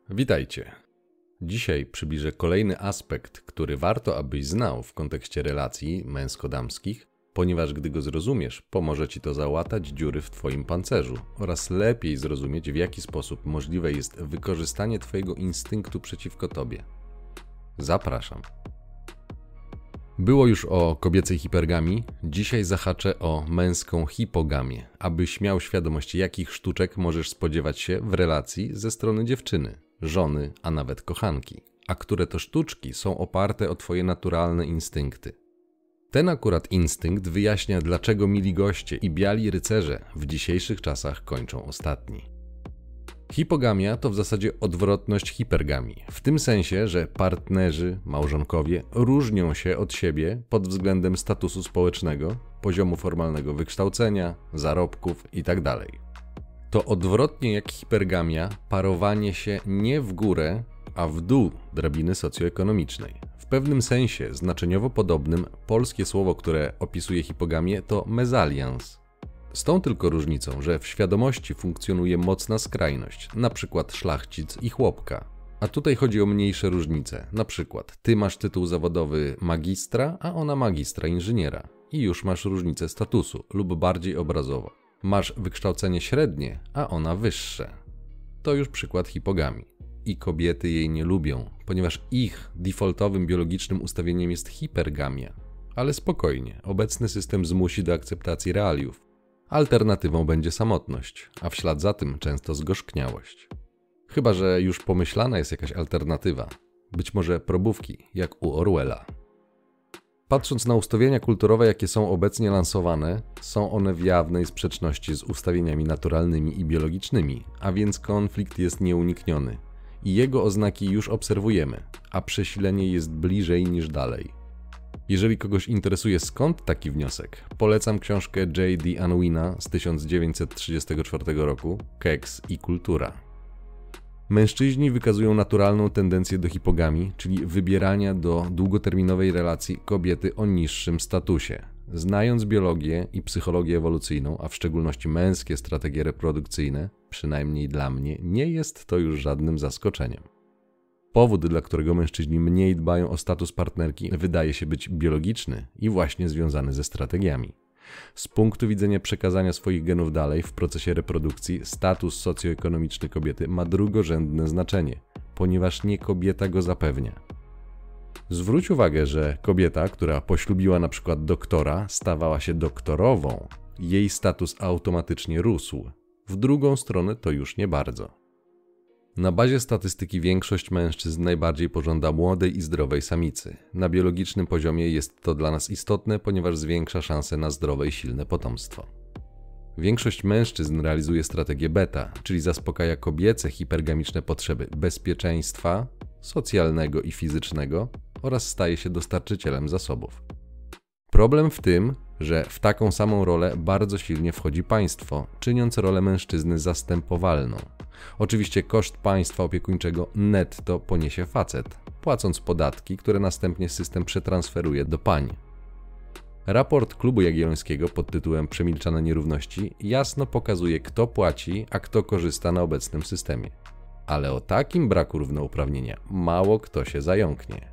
Witajcie. Dzisiaj przybliżę kolejny aspekt, który warto abyś znał w kontekście relacji męsko-damskich, ponieważ gdy go zrozumiesz, pomoże ci to załatać dziury w twoim pancerzu oraz lepiej zrozumieć, w jaki sposób możliwe jest wykorzystanie twojego instynktu przeciwko tobie. Zapraszam. Było już o kobiecej hipergamii, dzisiaj zahaczę o męską hipogamię, abyś miał świadomość, jakich sztuczek możesz spodziewać się w relacji ze strony dziewczyny, żony, a nawet kochanki, a które to sztuczki są oparte o twoje naturalne instynkty. Ten akurat instynkt wyjaśnia, dlaczego mili goście i biali rycerze w dzisiejszych czasach kończą ostatni. Hipogamia to w zasadzie odwrotność hipergamii, w tym sensie, że partnerzy, małżonkowie różnią się od siebie pod względem statusu społecznego, poziomu formalnego wykształcenia, zarobków itd. To odwrotnie jak hipergamia, parowanie się nie w górę, a w dół drabiny socjoekonomicznej. W pewnym sensie znaczeniowo podobnym polskie słowo, które opisuje hipogamię, to mezalians. Z tą tylko różnicą, że w świadomości funkcjonuje mocna skrajność, np. szlachcic i chłopka. A tutaj chodzi o mniejsze różnice, np. ty masz tytuł zawodowy magistra, a ona magistra inżyniera. I już masz różnicę statusu, lub bardziej obrazowo. Masz wykształcenie średnie, a ona wyższe. To już przykład hipogamii. I kobiety jej nie lubią, ponieważ ich defaultowym biologicznym ustawieniem jest hipergamia. Ale spokojnie, obecny system zmusi do akceptacji realiów. Alternatywą będzie samotność, a w ślad za tym często zgorzkniałość. Chyba że już pomyślana jest jakaś alternatywa. Być może probówki, jak u Orwella. Patrząc na ustawienia kulturowe, jakie są obecnie lansowane, są one w jawnej sprzeczności z ustawieniami naturalnymi i biologicznymi, a więc konflikt jest nieunikniony. I jego oznaki już obserwujemy, a przesilenie jest bliżej niż dalej. Jeżeli kogoś interesuje, skąd taki wniosek, polecam książkę J.D. Unwina z 1934 roku Keks i kultura. Mężczyźni wykazują naturalną tendencję do hipogamii, czyli wybierania do długoterminowej relacji kobiety o niższym statusie. Znając biologię i psychologię ewolucyjną, a w szczególności męskie strategie reprodukcyjne, przynajmniej dla mnie, nie jest to już żadnym zaskoczeniem. Powód, dla którego mężczyźni mniej dbają o status partnerki, wydaje się być biologiczny i właśnie związany ze strategiami. Z punktu widzenia przekazania swoich genów dalej w procesie reprodukcji, status socjoekonomiczny kobiety ma drugorzędne znaczenie, ponieważ nie kobieta go zapewnia. Zwróć uwagę, że kobieta, która poślubiła na przykład doktora, stawała się doktorową, jej status automatycznie rósł. W drugą stronę to już nie bardzo. Na bazie statystyki większość mężczyzn najbardziej pożąda młodej i zdrowej samicy. Na biologicznym poziomie jest to dla nas istotne, ponieważ zwiększa szanse na zdrowe i silne potomstwo. Większość mężczyzn realizuje strategię beta, czyli zaspokaja kobiece hipergamiczne potrzeby bezpieczeństwa, socjalnego i fizycznego oraz staje się dostarczycielem zasobów. Problem w tym, że w taką samą rolę bardzo silnie wchodzi państwo, czyniąc rolę mężczyzny zastępowalną. Oczywiście koszt państwa opiekuńczego netto poniesie facet, płacąc podatki, które następnie system przetransferuje do pań. Raport Klubu Jagiellońskiego pod tytułem Przemilczane nierówności jasno pokazuje, kto płaci, a kto korzysta na obecnym systemie. Ale o takim braku równouprawnienia mało kto się zająknie.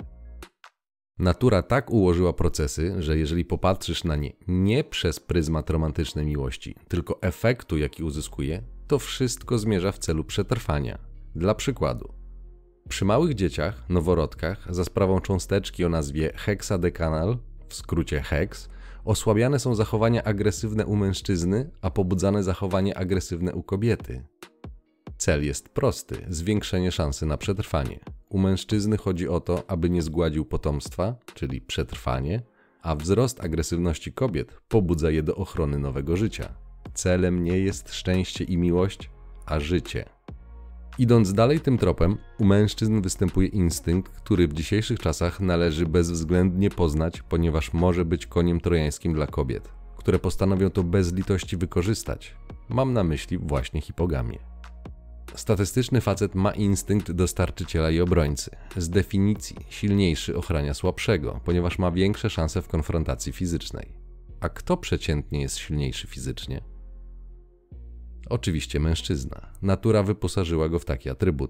Natura tak ułożyła procesy, że jeżeli popatrzysz na nie nie przez pryzmat romantycznej miłości, tylko efektu, jaki uzyskuje, to wszystko zmierza w celu przetrwania. Dla przykładu, przy małych dzieciach, noworodkach, za sprawą cząsteczki o nazwie heksadekanal, w skrócie HEX, osłabiane są zachowania agresywne u mężczyzny, a pobudzane zachowanie agresywne u kobiety. Cel jest prosty – zwiększenie szansy na przetrwanie. U mężczyzny chodzi o to, aby nie zgładził potomstwa, czyli przetrwanie, a wzrost agresywności kobiet pobudza je do ochrony nowego życia. Celem nie jest szczęście i miłość, a życie. Idąc dalej tym tropem, u mężczyzn występuje instynkt, który w dzisiejszych czasach należy bezwzględnie poznać, ponieważ może być koniem trojańskim dla kobiet, które postanowią to bez litości wykorzystać. Mam na myśli właśnie hipogamię. Statystyczny facet ma instynkt dostarczyciela i obrońcy. Z definicji silniejszy ochrania słabszego, ponieważ ma większe szanse w konfrontacji fizycznej. A kto przeciętnie jest silniejszy fizycznie? Oczywiście mężczyzna. Natura wyposażyła go w takie atrybuty.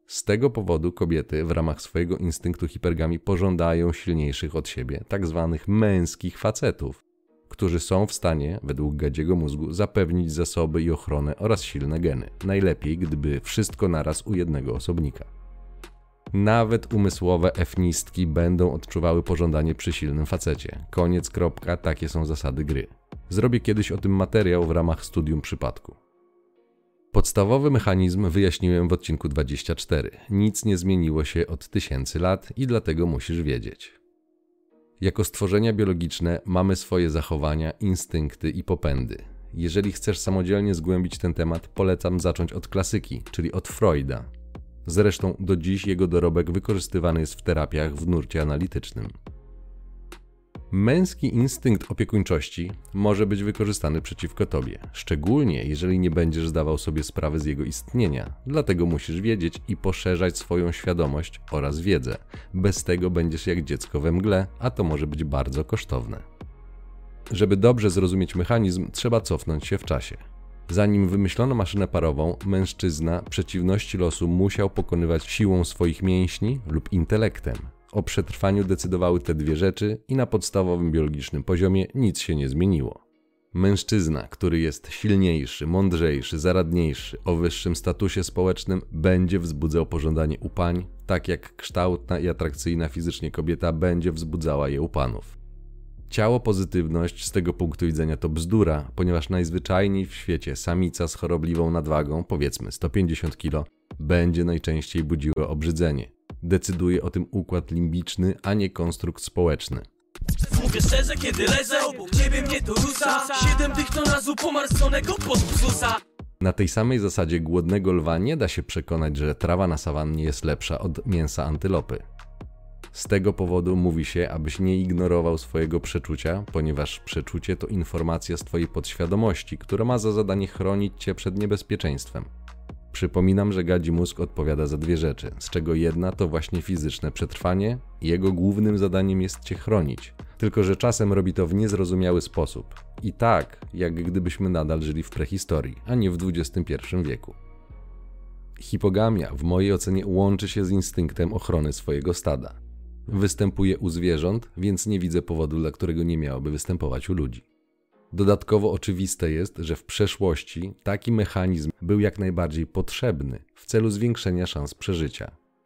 Z tego powodu kobiety w ramach swojego instynktu hipergamii pożądają silniejszych od siebie, tak zwanych męskich facetów, którzy są w stanie, według gadziego mózgu, zapewnić zasoby i ochronę oraz silne geny. Najlepiej, gdyby wszystko naraz u jednego osobnika. Nawet umysłowe efnistki będą odczuwały pożądanie przy silnym facecie. Koniec, kropka, takie są zasady gry. Zrobię kiedyś o tym materiał w ramach studium przypadku. Podstawowy mechanizm wyjaśniłem w odcinku 24. Nic nie zmieniło się od tysięcy lat i dlatego musisz wiedzieć. Jako stworzenia biologiczne mamy swoje zachowania, instynkty i popędy. Jeżeli chcesz samodzielnie zgłębić ten temat, polecam zacząć od klasyki, czyli od Freuda. Zresztą do dziś jego dorobek wykorzystywany jest w terapiach w nurcie analitycznym. Męski instynkt opiekuńczości może być wykorzystany przeciwko tobie, szczególnie jeżeli nie będziesz zdawał sobie sprawy z jego istnienia. Dlatego musisz wiedzieć i poszerzać swoją świadomość oraz wiedzę. Bez tego będziesz jak dziecko we mgle, a to może być bardzo kosztowne. Żeby dobrze zrozumieć mechanizm, trzeba cofnąć się w czasie. Zanim wymyślono maszynę parową, mężczyzna przeciwności losu musiał pokonywać siłą swoich mięśni lub intelektem. O przetrwaniu decydowały te dwie rzeczy i na podstawowym biologicznym poziomie nic się nie zmieniło. Mężczyzna, który jest silniejszy, mądrzejszy, zaradniejszy, o wyższym statusie społecznym, będzie wzbudzał pożądanie u pań, tak jak kształtna i atrakcyjna fizycznie kobieta będzie wzbudzała je u panów. Ciało pozytywność z tego punktu widzenia to bzdura, ponieważ najzwyczajniej w świecie samica z chorobliwą nadwagą, powiedzmy 150 kg, będzie najczęściej budziła obrzydzenie. Decyduje o tym układ limbiczny, a nie konstrukt społeczny. Mówię szczerze, kiedy leżę obok ciebie, mnie to rusza. 7 tych to razu pomarszczonego podbrzusa. Na tej samej zasadzie głodnego lwa nie da się przekonać, że trawa na sawannie jest lepsza od mięsa antylopy. Z tego powodu mówi się, abyś nie ignorował swojego przeczucia, ponieważ przeczucie to informacja z twojej podświadomości, która ma za zadanie chronić cię przed niebezpieczeństwem. Przypominam, że gadzi mózg odpowiada za dwie rzeczy, z czego jedna to właśnie fizyczne przetrwanie i jego głównym zadaniem jest cię chronić. Tylko że czasem robi to w niezrozumiały sposób. I tak, jak gdybyśmy nadal żyli w prehistorii, a nie w XXI wieku. Hipogamia w mojej ocenie łączy się z instynktem ochrony swojego stada. Występuje u zwierząt, więc nie widzę powodu, dla którego nie miałoby występować u ludzi. Dodatkowo oczywiste jest, że w przeszłości taki mechanizm był jak najbardziej potrzebny w celu zwiększenia szans przeżycia.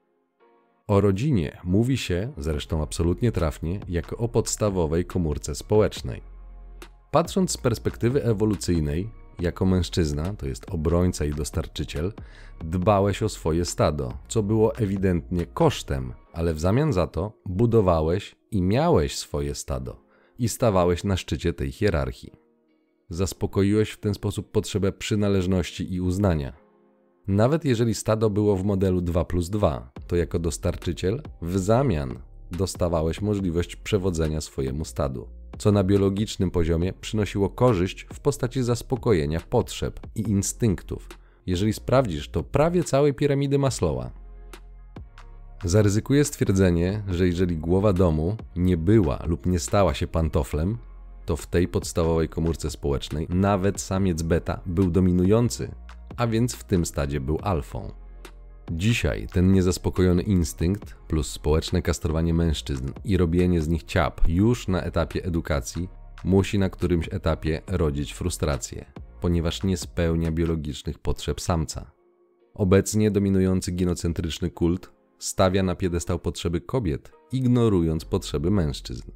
O rodzinie mówi się, zresztą absolutnie trafnie, jako o podstawowej komórce społecznej. Patrząc z perspektywy ewolucyjnej, jako mężczyzna, to jest obrońca i dostarczyciel, dbałeś o swoje stado, co było ewidentnie kosztem, ale w zamian za to budowałeś i miałeś swoje stado i stawałeś na szczycie tej hierarchii. Zaspokoiłeś w ten sposób potrzebę przynależności i uznania. Nawet jeżeli stado było w modelu 2+2, to jako dostarczyciel w zamian dostawałeś możliwość przewodzenia swojemu stadu, co na biologicznym poziomie przynosiło korzyść w postaci zaspokojenia potrzeb i instynktów. Jeżeli sprawdzisz, to prawie całej piramidy Maslowa. Zaryzykuję stwierdzenie, że jeżeli głowa domu nie była lub nie stała się pantoflem, to w tej podstawowej komórce społecznej nawet samiec beta był dominujący, a więc w tym stadzie był alfą. Dzisiaj ten niezaspokojony instynkt plus społeczne kastrowanie mężczyzn i robienie z nich ciap już na etapie edukacji musi na którymś etapie rodzić frustrację, ponieważ nie spełnia biologicznych potrzeb samca. Obecnie dominujący ginocentryczny kult stawia na piedestał potrzeby kobiet, ignorując potrzeby mężczyzn.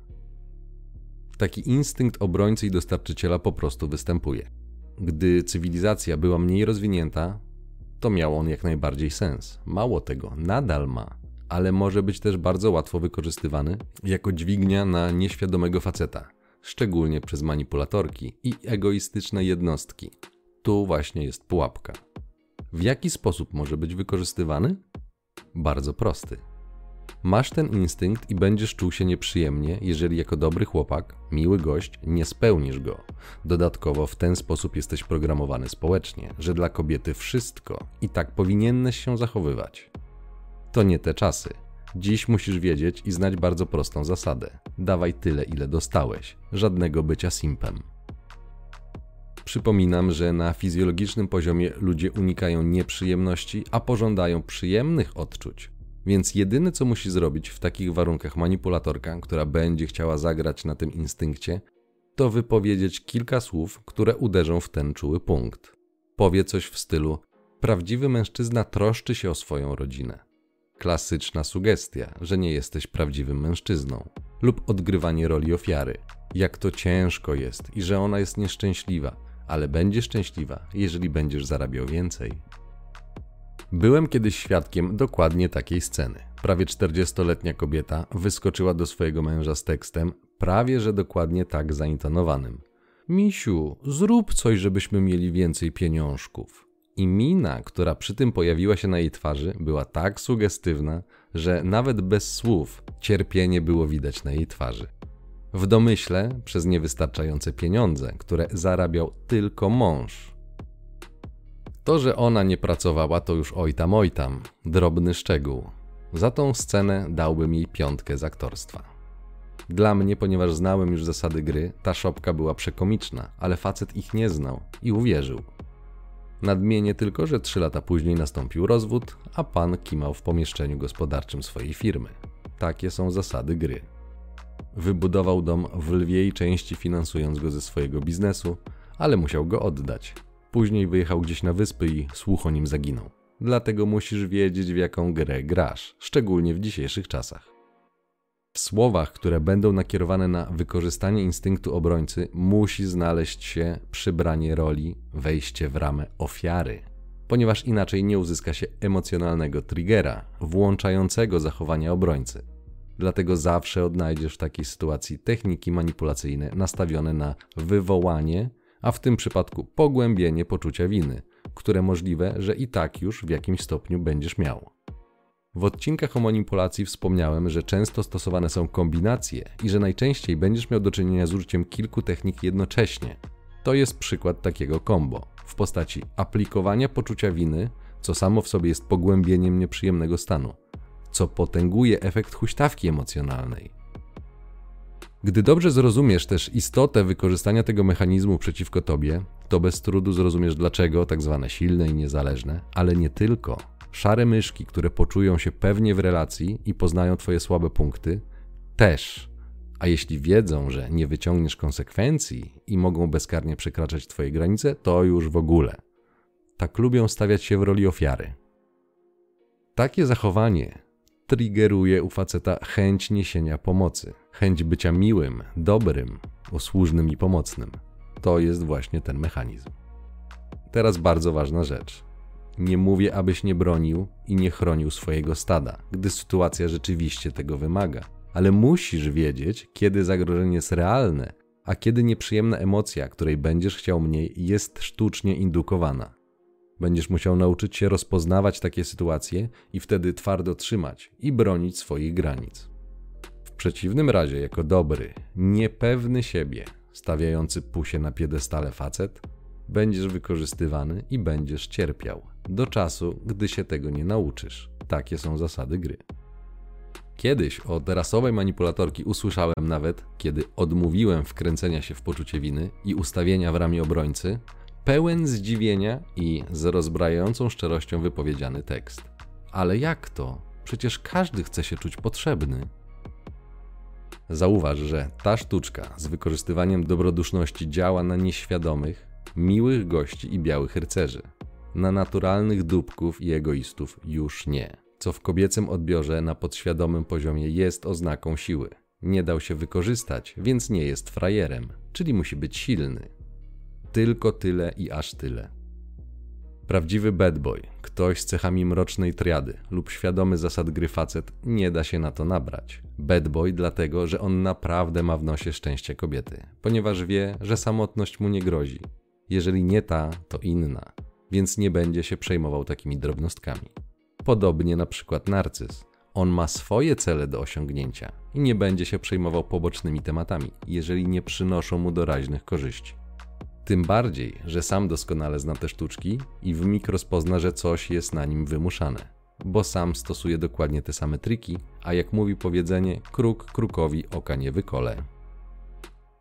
Taki instynkt obrońcy i dostarczyciela po prostu występuje. Gdy cywilizacja była mniej rozwinięta, to miał on jak najbardziej sens. Mało tego, nadal ma, ale może być też bardzo łatwo wykorzystywany jako dźwignia na nieświadomego faceta, szczególnie przez manipulatorki i egoistyczne jednostki. Tu właśnie jest pułapka. W jaki sposób może być wykorzystywany? Bardzo prosty. Masz ten instynkt i będziesz czuł się nieprzyjemnie, jeżeli jako dobry chłopak, miły gość, nie spełnisz go. Dodatkowo w ten sposób jesteś programowany społecznie, że dla kobiety wszystko i tak powinieneś się zachowywać. To nie te czasy. Dziś musisz wiedzieć i znać bardzo prostą zasadę. Dawaj tyle, ile dostałeś. Żadnego bycia simpem. Przypominam, że na fizjologicznym poziomie ludzie unikają nieprzyjemności, a pożądają przyjemnych odczuć. Więc jedyne, co musi zrobić w takich warunkach manipulatorka, która będzie chciała zagrać na tym instynkcie, to wypowiedzieć kilka słów, które uderzą w ten czuły punkt. Powie coś w stylu: prawdziwy mężczyzna troszczy się o swoją rodzinę. Klasyczna sugestia, że nie jesteś prawdziwym mężczyzną. Lub odgrywanie roli ofiary. Jak to ciężko jest i że ona jest nieszczęśliwa, ale będzie szczęśliwa, jeżeli będziesz zarabiał więcej. Byłem kiedyś świadkiem dokładnie takiej sceny. Prawie 40-letnia kobieta wyskoczyła do swojego męża z tekstem, prawie że dokładnie tak zaintonowanym: misiu, zrób coś, żebyśmy mieli więcej pieniążków. I mina, która przy tym pojawiła się na jej twarzy, była tak sugestywna, że nawet bez słów cierpienie było widać na jej twarzy. W domyśle przez niewystarczające pieniądze, które zarabiał tylko mąż. To, że ona nie pracowała, to już oj tam, drobny szczegół. Za tą scenę dałbym jej 5 z aktorstwa. Dla mnie, ponieważ znałem już zasady gry, ta szopka była przekomiczna, ale facet ich nie znał i uwierzył. Nadmienię tylko, że 3 lata później nastąpił rozwód, a pan kimał w pomieszczeniu gospodarczym swojej firmy. Takie są zasady gry. Wybudował dom w lwiej części finansując go ze swojego biznesu, ale musiał go oddać. Później wyjechał gdzieś na wyspy i słuch o nim zaginął. Dlatego musisz wiedzieć, w jaką grę grasz, szczególnie w dzisiejszych czasach. W słowach, które będą nakierowane na wykorzystanie instynktu obrońcy, musi znaleźć się przybranie roli, wejście w ramę ofiary, ponieważ inaczej nie uzyska się emocjonalnego triggera, włączającego zachowania obrońcy. Dlatego zawsze odnajdziesz w takiej sytuacji techniki manipulacyjne nastawione na wywołanie, a w tym przypadku pogłębienie poczucia winy, które możliwe, że i tak już w jakimś stopniu będziesz miał. W odcinkach o manipulacji wspomniałem, że często stosowane są kombinacje i że najczęściej będziesz miał do czynienia z użyciem kilku technik jednocześnie. To jest przykład takiego combo w postaci aplikowania poczucia winy, co samo w sobie jest pogłębieniem nieprzyjemnego stanu, co potęguje efekt huśtawki emocjonalnej. Gdy dobrze zrozumiesz też istotę wykorzystania tego mechanizmu przeciwko tobie, to bez trudu zrozumiesz, dlaczego tak zwane silne i niezależne, ale nie tylko, szare myszki, które poczują się pewnie w relacji i poznają twoje słabe punkty, też. A jeśli wiedzą, że nie wyciągniesz konsekwencji i mogą bezkarnie przekraczać twoje granice, to już w ogóle. Tak lubią stawiać się w roli ofiary. Takie zachowanie triggeruje u faceta chęć niesienia pomocy, chęć bycia miłym, dobrym, usłużnym i pomocnym. To jest właśnie ten mechanizm. Teraz bardzo ważna rzecz. Nie mówię, abyś nie bronił i nie chronił swojego stada, gdy sytuacja rzeczywiście tego wymaga. Ale musisz wiedzieć, kiedy zagrożenie jest realne, a kiedy nieprzyjemna emocja, której będziesz chciał mniej, jest sztucznie indukowana. Będziesz musiał nauczyć się rozpoznawać takie sytuacje i wtedy twardo trzymać i bronić swoich granic. W przeciwnym razie, jako dobry, niepewny siebie, stawiający pusie na piedestale facet, będziesz wykorzystywany i będziesz cierpiał, do czasu, gdy się tego nie nauczysz. Takie są zasady gry. Kiedyś od rasowej manipulatorki usłyszałem nawet, kiedy odmówiłem wkręcenia się w poczucie winy i ustawienia w ramię obrońcy, pełen zdziwienia i z rozbrajającą szczerością wypowiedziany tekst. Ale jak to? Przecież każdy chce się czuć potrzebny. Zauważ, że ta sztuczka z wykorzystywaniem dobroduszności działa na nieświadomych, miłych gości i białych rycerzy. Na naturalnych dupków i egoistów już nie. Co w kobiecym odbiorze na podświadomym poziomie jest oznaką siły. Nie dał się wykorzystać, więc nie jest frajerem, czyli musi być silny. Tylko tyle i aż tyle. Prawdziwy bad boy, ktoś z cechami mrocznej triady lub świadomy zasad gry facet nie da się na to nabrać. Bad boy dlatego, że on naprawdę ma w nosie szczęście kobiety, ponieważ wie, że samotność mu nie grozi. Jeżeli nie ta, to inna, więc nie będzie się przejmował takimi drobnostkami. Podobnie na przykład narcyz. On ma swoje cele do osiągnięcia i nie będzie się przejmował pobocznymi tematami, jeżeli nie przynoszą mu doraźnych korzyści. Tym bardziej, że sam doskonale zna te sztuczki i w mig rozpozna, że coś jest na nim wymuszane, bo sam stosuje dokładnie te same triki, a jak mówi powiedzenie, kruk krukowi oka nie wykole.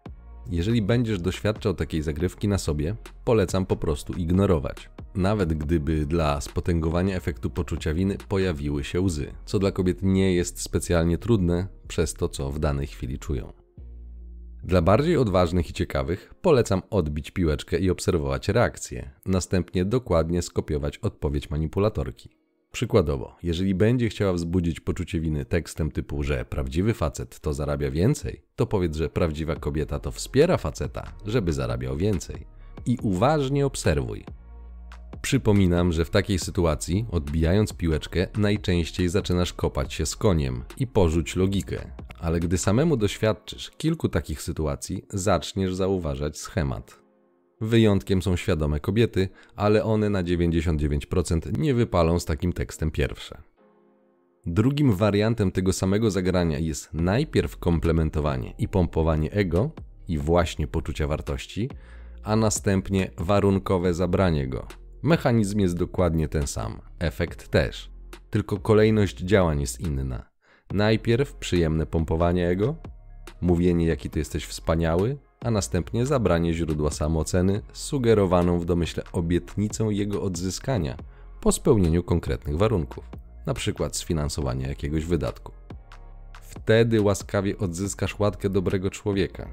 Jeżeli będziesz doświadczał takiej zagrywki na sobie, polecam po prostu ignorować. Nawet gdyby dla spotęgowania efektu poczucia winy pojawiły się łzy, co dla kobiet nie jest specjalnie trudne przez to, co w danej chwili czują. Dla bardziej odważnych i ciekawych polecam odbić piłeczkę i obserwować reakcję, następnie dokładnie skopiować odpowiedź manipulatorki. Przykładowo, jeżeli będzie chciała wzbudzić poczucie winy tekstem typu, że prawdziwy facet to zarabia więcej, to powiedz, że prawdziwa kobieta to wspiera faceta, żeby zarabiał więcej. I uważnie obserwuj. Przypominam, że w takiej sytuacji, odbijając piłeczkę, najczęściej zaczynasz kopać się z koniem i porzuć logikę. Ale gdy samemu doświadczysz kilku takich sytuacji, zaczniesz zauważać schemat. Wyjątkiem są świadome kobiety, ale one na 99% nie wypalą z takim tekstem pierwsze. Drugim wariantem tego samego zagrania jest najpierw komplementowanie i pompowanie ego i właśnie poczucia wartości, a następnie warunkowe zabranie go. Mechanizm jest dokładnie ten sam, efekt też, tylko kolejność działań jest inna. Najpierw przyjemne pompowanie ego, mówienie jaki ty jesteś wspaniały, a następnie zabranie źródła samooceny sugerowaną w domyśle obietnicą jego odzyskania po spełnieniu konkretnych warunków, np. sfinansowania jakiegoś wydatku. Wtedy łaskawie odzyskasz łatkę dobrego człowieka.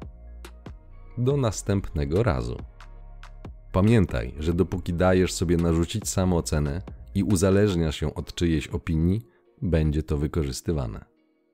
Do następnego razu. Pamiętaj, że dopóki dajesz sobie narzucić samoocenę i uzależniasz się od czyjejś opinii, będzie to wykorzystywane.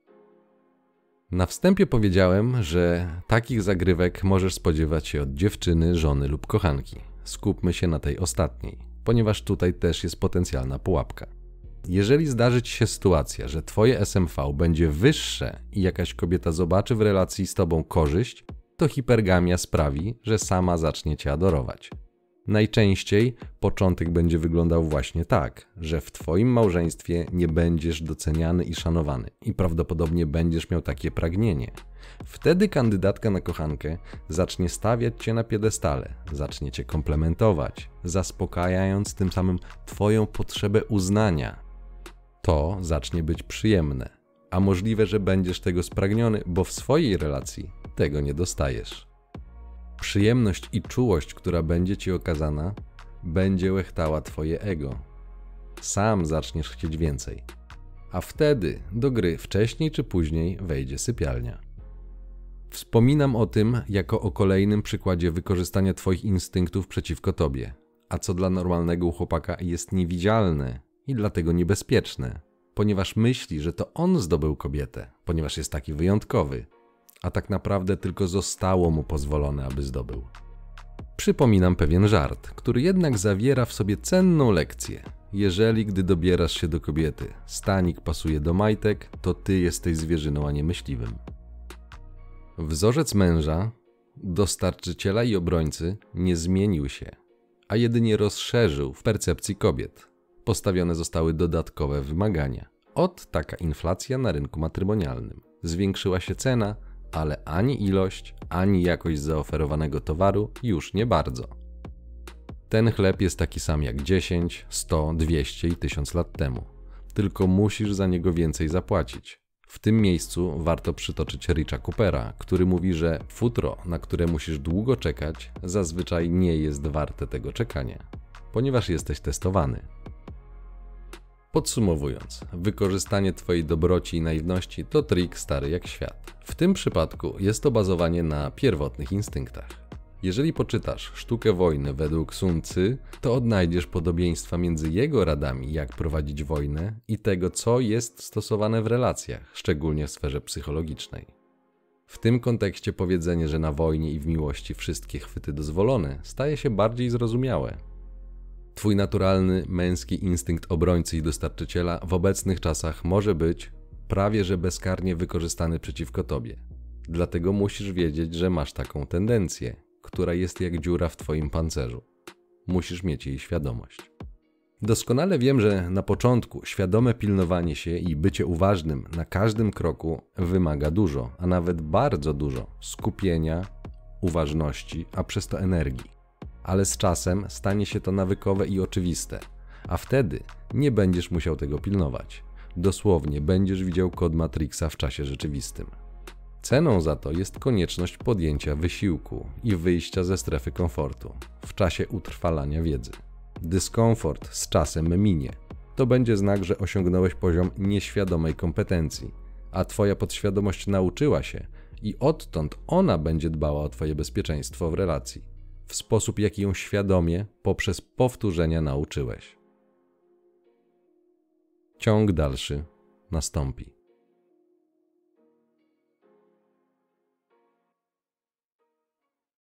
Na wstępie powiedziałem, że takich zagrywek możesz spodziewać się od dziewczyny, żony lub kochanki. Skupmy się na tej ostatniej, ponieważ tutaj też jest potencjalna pułapka. Jeżeli zdarzy ci się sytuacja, że twoje SMV będzie wyższe i jakaś kobieta zobaczy w relacji z tobą korzyść, to hipergamia sprawi, że sama zacznie cię adorować. Najczęściej początek będzie wyglądał właśnie tak, że w twoim małżeństwie nie będziesz doceniany i szanowany i prawdopodobnie będziesz miał takie pragnienie. Wtedy kandydatka na kochankę zacznie stawiać cię na piedestale, zacznie cię komplementować, zaspokajając tym samym twoją potrzebę uznania. To zacznie być przyjemne, a możliwe, że będziesz tego spragniony, bo w swojej relacji tego nie dostajesz. Przyjemność i czułość, która będzie ci okazana, będzie łechtała twoje ego. Sam zaczniesz chcieć więcej. A wtedy do gry wcześniej czy później wejdzie sypialnia. Wspominam o tym jako o kolejnym przykładzie wykorzystania twoich instynktów przeciwko tobie, a co dla normalnego chłopaka jest niewidzialne i dlatego niebezpieczne, ponieważ myśli, że to on zdobył kobietę, ponieważ jest taki wyjątkowy, a tak naprawdę tylko zostało mu pozwolone, aby zdobył. Przypominam pewien żart, który jednak zawiera w sobie cenną lekcję. Jeżeli gdy dobierasz się do kobiety, stanik pasuje do majtek, to ty jesteś zwierzyną, a nie myśliwym. Wzorzec męża, dostarczyciela i obrońcy nie zmienił się, a jedynie rozszerzył w percepcji kobiet. Postawione zostały dodatkowe wymagania. Ot taka inflacja na rynku matrymonialnym. Zwiększyła się cena, ale ani ilość, ani jakość zaoferowanego towaru już nie bardzo. Ten chleb jest taki sam jak 10, 100, 200 i 1000 lat temu. Tylko musisz za niego więcej zapłacić. W tym miejscu warto przytoczyć Richa Coopera, który mówi, że futro, na które musisz długo czekać, zazwyczaj nie jest warte tego czekania, ponieważ jesteś testowany. Podsumowując, wykorzystanie twojej dobroci i naiwności to trik stary jak świat. W tym przypadku jest to bazowanie na pierwotnych instynktach. Jeżeli poczytasz Sztukę wojny według Sun Tzu, to odnajdziesz podobieństwa między jego radami, jak prowadzić wojnę i tego, co jest stosowane w relacjach, szczególnie w sferze psychologicznej. W tym kontekście powiedzenie, że na wojnie i w miłości wszystkie chwyty dozwolone, staje się bardziej zrozumiałe. Twój naturalny, męski instynkt obrońcy i dostarczyciela w obecnych czasach może być prawie że bezkarnie wykorzystany przeciwko tobie. Dlatego musisz wiedzieć, że masz taką tendencję, która jest jak dziura w twoim pancerzu. Musisz mieć jej świadomość. Doskonale wiem, że na początku świadome pilnowanie się i bycie uważnym na każdym kroku wymaga dużo, a nawet bardzo dużo skupienia, uważności, a przez to energii. Ale z czasem stanie się to nawykowe i oczywiste, a wtedy nie będziesz musiał tego pilnować. Dosłownie będziesz widział kod Matrixa w czasie rzeczywistym. Ceną za to jest konieczność podjęcia wysiłku i wyjścia ze strefy komfortu w czasie utrwalania wiedzy. Dyskomfort z czasem minie. To będzie znak, że osiągnąłeś poziom nieświadomej kompetencji, a twoja podświadomość nauczyła się i odtąd ona będzie dbała o twoje bezpieczeństwo w relacji, w sposób, jaki ją świadomie poprzez powtórzenia nauczyłeś. Ciąg dalszy nastąpi.